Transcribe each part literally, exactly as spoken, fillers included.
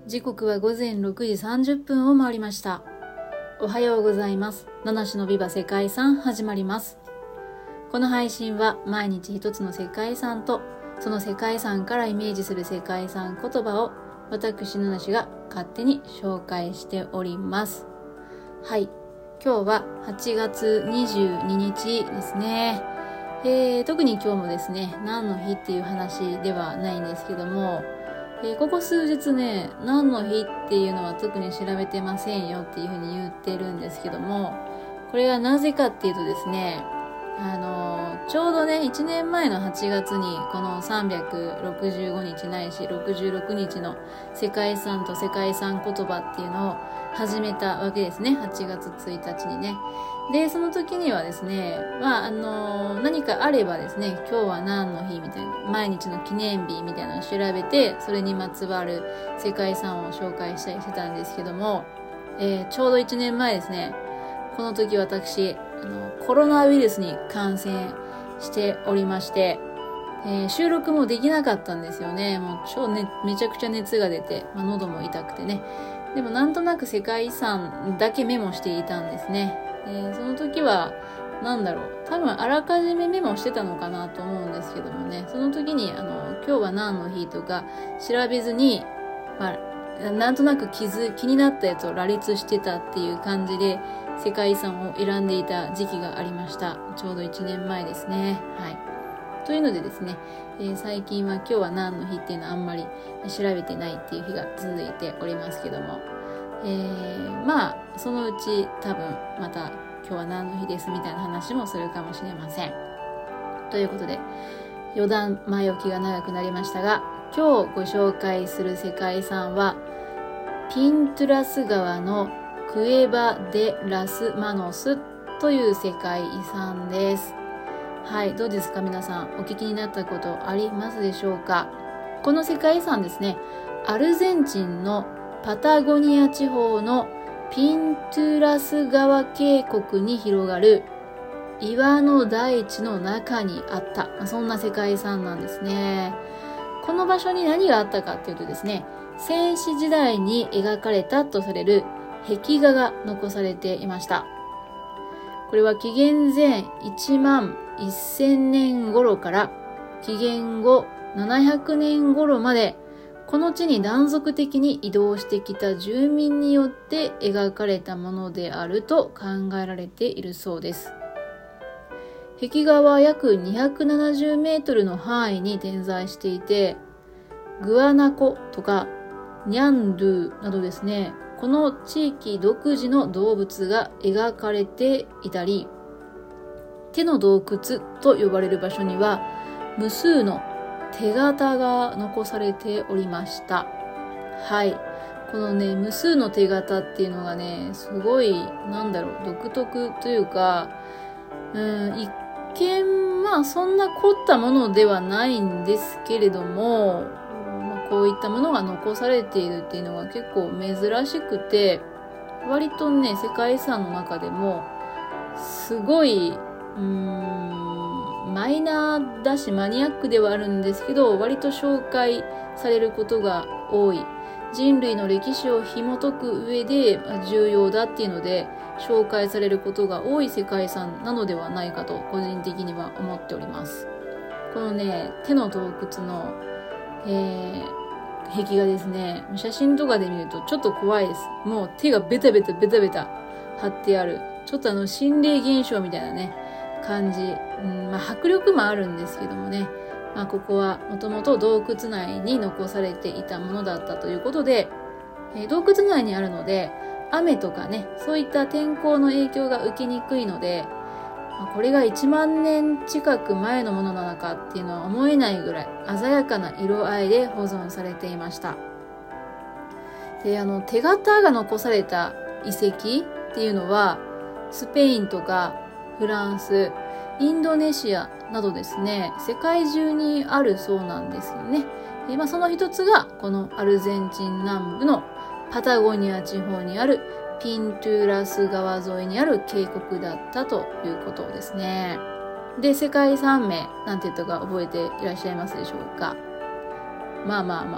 時刻は午前ろくじさんじゅっぷんを回りました。おはようございます。七種のビバ世界遺産始まります。この配信は毎日一つの世界遺産とその世界遺産からイメージする世界遺産言葉を私七種が勝手に紹介しております。はい、今日ははちがつにじゅうににちですね。えー、特に今日もですね、何の日っていう話ではないんですけども、えー、ここ数日ね、何の日っていうのは特に調べてませんよっていうふうに言ってるんですけども、これはなぜかっていうとですね、あのー、ちょうどね、いちねんまえのはちがつにこのさんびゃくろくじゅうごにちないしろくじゅうろくにちの世界遺産と世界遺産言葉っていうのを始めたわけですね。はちがつついたちにね。で、その時にはですね、まあ、あのー、何かあればですね、今日は何の日みたいな、毎日の記念日みたいなのを調べて、それにまつわる世界遺産を紹介したりしてたんですけども、えー、ちょうどいちねんまえですね、この時私、あの、コロナウイルスに感染しておりまして、えー、収録もできなかったんですよね。もう超ね、めちゃくちゃ熱が出て、まあ、喉も痛くてね。でもなんとなく世界遺産だけメモしていたんですね。でその時は、なんだろう、多分あらかじめメモしてたのかなと思うんですけどもね、その時に、あの、今日は何の日とか調べずに、まあ、なんとなく気づ、気になったやつを羅列してたっていう感じで、世界遺産を選んでいた時期がありました。ちょうどいちねんまえですね。はい。というのでですね、えー、最近は今日は何の日っていうのはあんまり調べてないっていう日が続いておりますけども、えー、まあそのうち多分また今日は何の日ですみたいな話もするかもしれません。ということで余談前置きが長くなりましたが、今日ご紹介する世界遺産はピントゥラス川のクエバ・デ・ラス・マノスという世界遺産です。はい、どうですか皆さん、お聞きになったことありますでしょうか。この世界遺産ですね、アルゼンチンのパタゴニア地方のピントゥラス川渓谷に広がる岩の大地の中にあった、そんな世界遺産なんですね。この場所に何があったかっていうとですね、先史時代に描かれたとされる壁画が残されていました。これは紀元前いちまんせんねん頃から紀元後ななひゃくねん頃まで、この地に断続的に移動してきた住民によって描かれたものであると考えられているそうです。壁画は約にひゃくななじゅうメートルの範囲に点在していて、グアナコとかニャンドゥなどですね、この地域独自の動物が描かれていたり、手の洞窟と呼ばれる場所には無数の手形が残されておりました。はい。このね、無数の手形っていうのがね、すごい、なんだろう、独特というか、うん、一見、まあそんな凝ったものではないんですけれども、こういったものが残されているっていうのが結構珍しくて、割とね、世界遺産の中でもすごい、うーん、マイナーだしマニアックではあるんですけど、割と紹介されることが多い。人類の歴史を紐解く上で重要だっていうので紹介されることが多い世界遺産なのではないかと個人的には思っております。このね、手の洞窟のえー、壁画ですね。写真とかで見るとちょっと怖いです。もう手がベタベタベタベタ貼ってある。ちょっとあの心霊現象みたいなね、感じ。うん、まあ迫力もあるんですけどもね。まあここはもともと洞窟内に残されていたものだったということで、えー、洞窟内にあるので、雨とかね、そういった天候の影響が受けにくいので、これがいちまんねん近く前のものなのかっていうのは思えないぐらい鮮やかな色合いで保存されていました。で、あの手形が残された遺跡っていうのはスペインとかフランス、インドネシアなどですね、世界中にあるそうなんですよね。で、まあ、その一つがこのアルゼンチン南部のパタゴニア地方にあるピントゥラス川沿いにある渓谷だったということですね。で、世界遺産名なんて言ったか覚えていらっしゃいますでしょうか。まあまあまあ、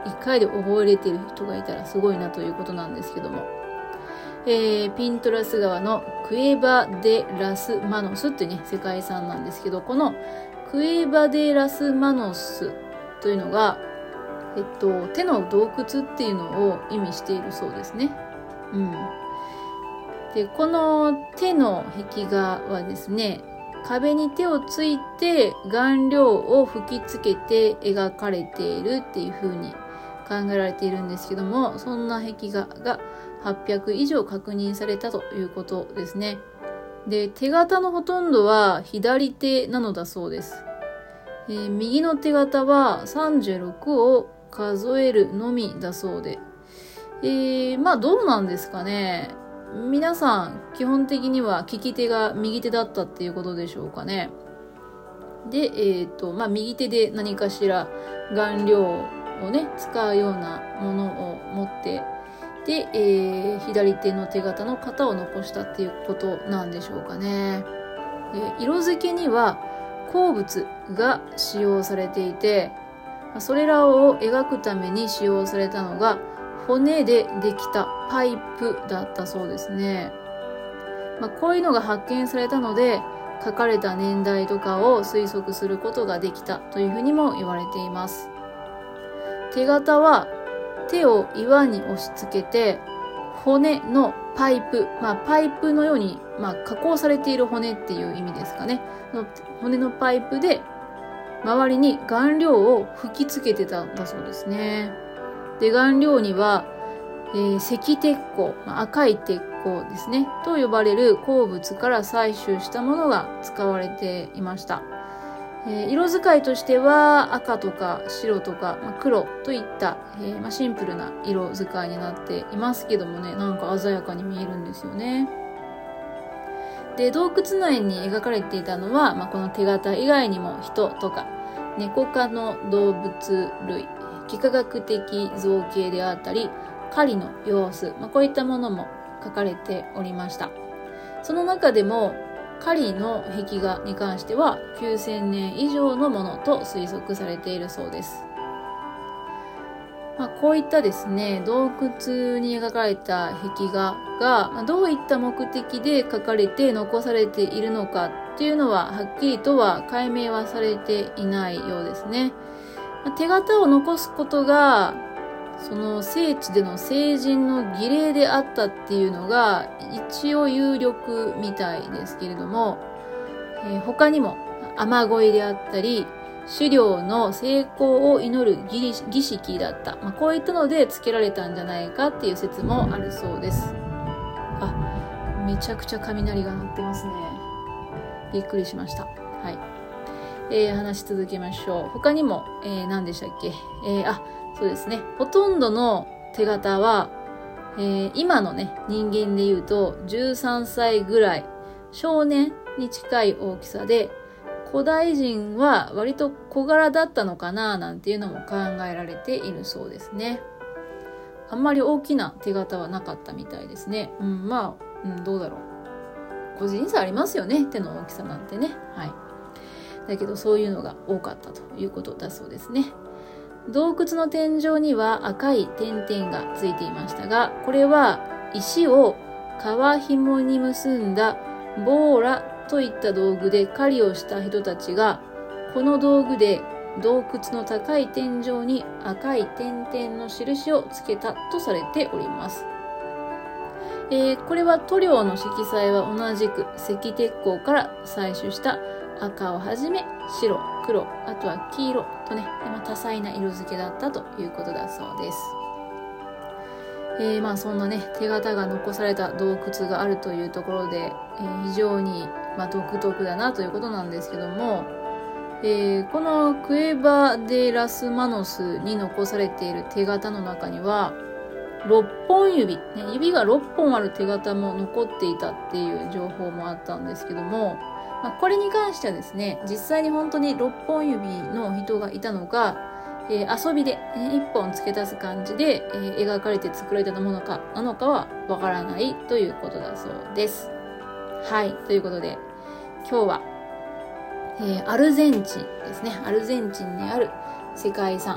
いっかいで覚えれている人がいたらすごいなということなんですけども、えー、ピントラス川のクエバ・デ・ラス・マノスっていうね世界遺産なんですけど、このクエバ・デ・ラス・マノスというのが、えっと、手の洞窟っていうのを意味しているそうですね。うん、でこの手の壁画はですね、壁に手をついて顔料を吹きつけて描かれているっていう風に考えられているんですけども、そんな壁画がはっぴゃくいじょう確認されたということですね。で、手形のほとんどは左手なのだそうです。えー、右の手形はさんじゅうろくを数えるのみだそうで、えー、まあどうなんですかね。皆さん基本的には利き手が右手だったっていうことでしょうかね。で、えーとまあ、右手で何かしら顔料をね使うようなものを持って、で、えー、左手の手形の型を残したっていうことなんでしょうかね。で、色付けには鉱物が使用されていて、それらを描くために使用されたのが骨でできたパイプだったそうですね。まあ、こういうのが発見されたので、書かれた年代とかを推測することができたというふうにも言われています。手形は手を岩に押し付けて、骨のパイプ、まあ、パイプのように、まあ、加工されている骨っていう意味ですかね。の骨のパイプで周りに顔料を吹きつけてたんだそうですね。で、顔料には、えー、赤鉄鉱、まあ、赤い鉄鉱ですねと呼ばれる鉱物から採取したものが使われていました。えー、色使いとしては赤とか白とか、まあ、黒といった、えーまあ、シンプルな色使いになっていますけどもね、なんか鮮やかに見えるんですよね。で、洞窟内に描かれていたのは、まあ、この手形以外にも人とか猫科の動物類、幾何学的造形であったり狩りの様子、まあ、こういったものも書かれておりました。その中でも狩りの壁画に関してはきゅうせんねん以上のものと推測されているそうです。まあ、こういったですね、洞窟に描かれた壁画が、まあ、どういった目的で描かれて残されているのかっていうのははっきりとは解明はされていないようですね。まあ、手形を残すことがその聖地での聖人の儀礼であったっていうのが一応有力みたいですけれども、えー、他にも雨乞いであったり狩猟の成功を祈る儀式だった、まあ、こういったのでつけられたんじゃないかっていう説もあるそうです。あ、めちゃくちゃ雷が鳴ってますね。びっくりしました。はい、えー、話し続けましょう。他にも、えー、何でしたっけ、えー、あ、そうですね。ほとんどの手形は、えー、今のね、人間で言うとじゅうさんさいぐらい、少年に近い大きさで、古代人は割と小柄だったのかななんていうのも考えられているそうですね。あんまり大きな手形はなかったみたいですね。うん、まあ、うん、どうだろう。個人差ありますよね、手の大きさなんてね。はい。だけどそういうのが多かったということだそうですね。洞窟の天井には赤い点々がついていましたが、これは石を皮紐に結んだボーラといった道具で狩りをした人たちが、この道具で洞窟の高い天井に赤い点々の印をつけたとされております。えー、これは塗料の色彩は同じく赤鉄鉱から採取した赤をはじめ白、黒、あとは黄色とね、まあ、多彩な色付けだったということだそうです。えー、まあそんなね、手形が残された洞窟があるというところで、えー、非常に、まあ、独特だなということなんですけども、えー、このクエバ・デ・ラス・マノスに残されている手形の中にはろっぽん指、ね、指がろっぽんある手形も残っていたっていう情報もあったんですけども、まあ、これに関してはですね、実際に本当にろっぽん指の人がいたのか、えー、遊びで、えー、いっぽん付け足す感じで、えー、描かれて作られたものかなのかはわからないということだそうです。はい、ということで今日は、えー、アルゼンチンですね。アルゼンチンにある世界遺産、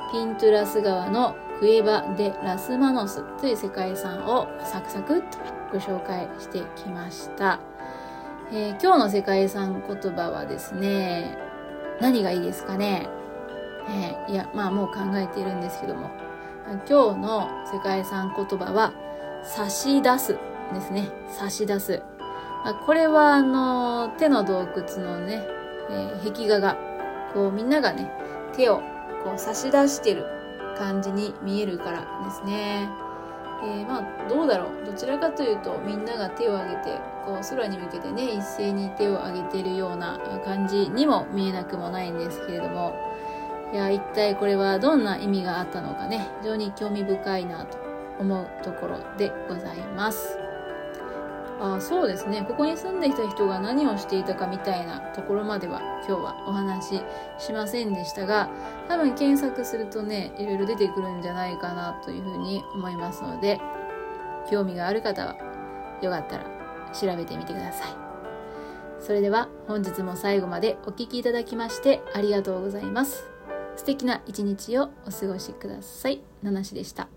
ピントゥラス川のクエバ・デ・ラスマノスという世界遺産をサクサクっとご紹介してきました。えー、今日の世界遺産言葉はですね、何がいいですかね。えー、いや、まあもう考えているんですけども、今日の世界遺産言葉は差し出すですね。差し出す。これはあの手の洞窟のね、えー、壁画がこうみんながね手をこう差し出してる感じに見えるからですね。えー、まあどうだろう、どちらかというとみんなが手を挙げてこう空に向けてね一斉に手を挙げているような感じにも見えなくもないんですけれども、いや一体これはどんな意味があったのかね、非常に興味深いなと思うところでございます。あ、そうですね、ここに住んでいた人が何をしていたかみたいなところまでは今日はお話ししませんでしたが、多分検索するとねいろいろ出てくるんじゃないかなというふうに思いますので、興味がある方はよかったら調べてみてください。それでは本日も最後までお聞きいただきましてありがとうございます。素敵な一日をお過ごしください。ナナシでした。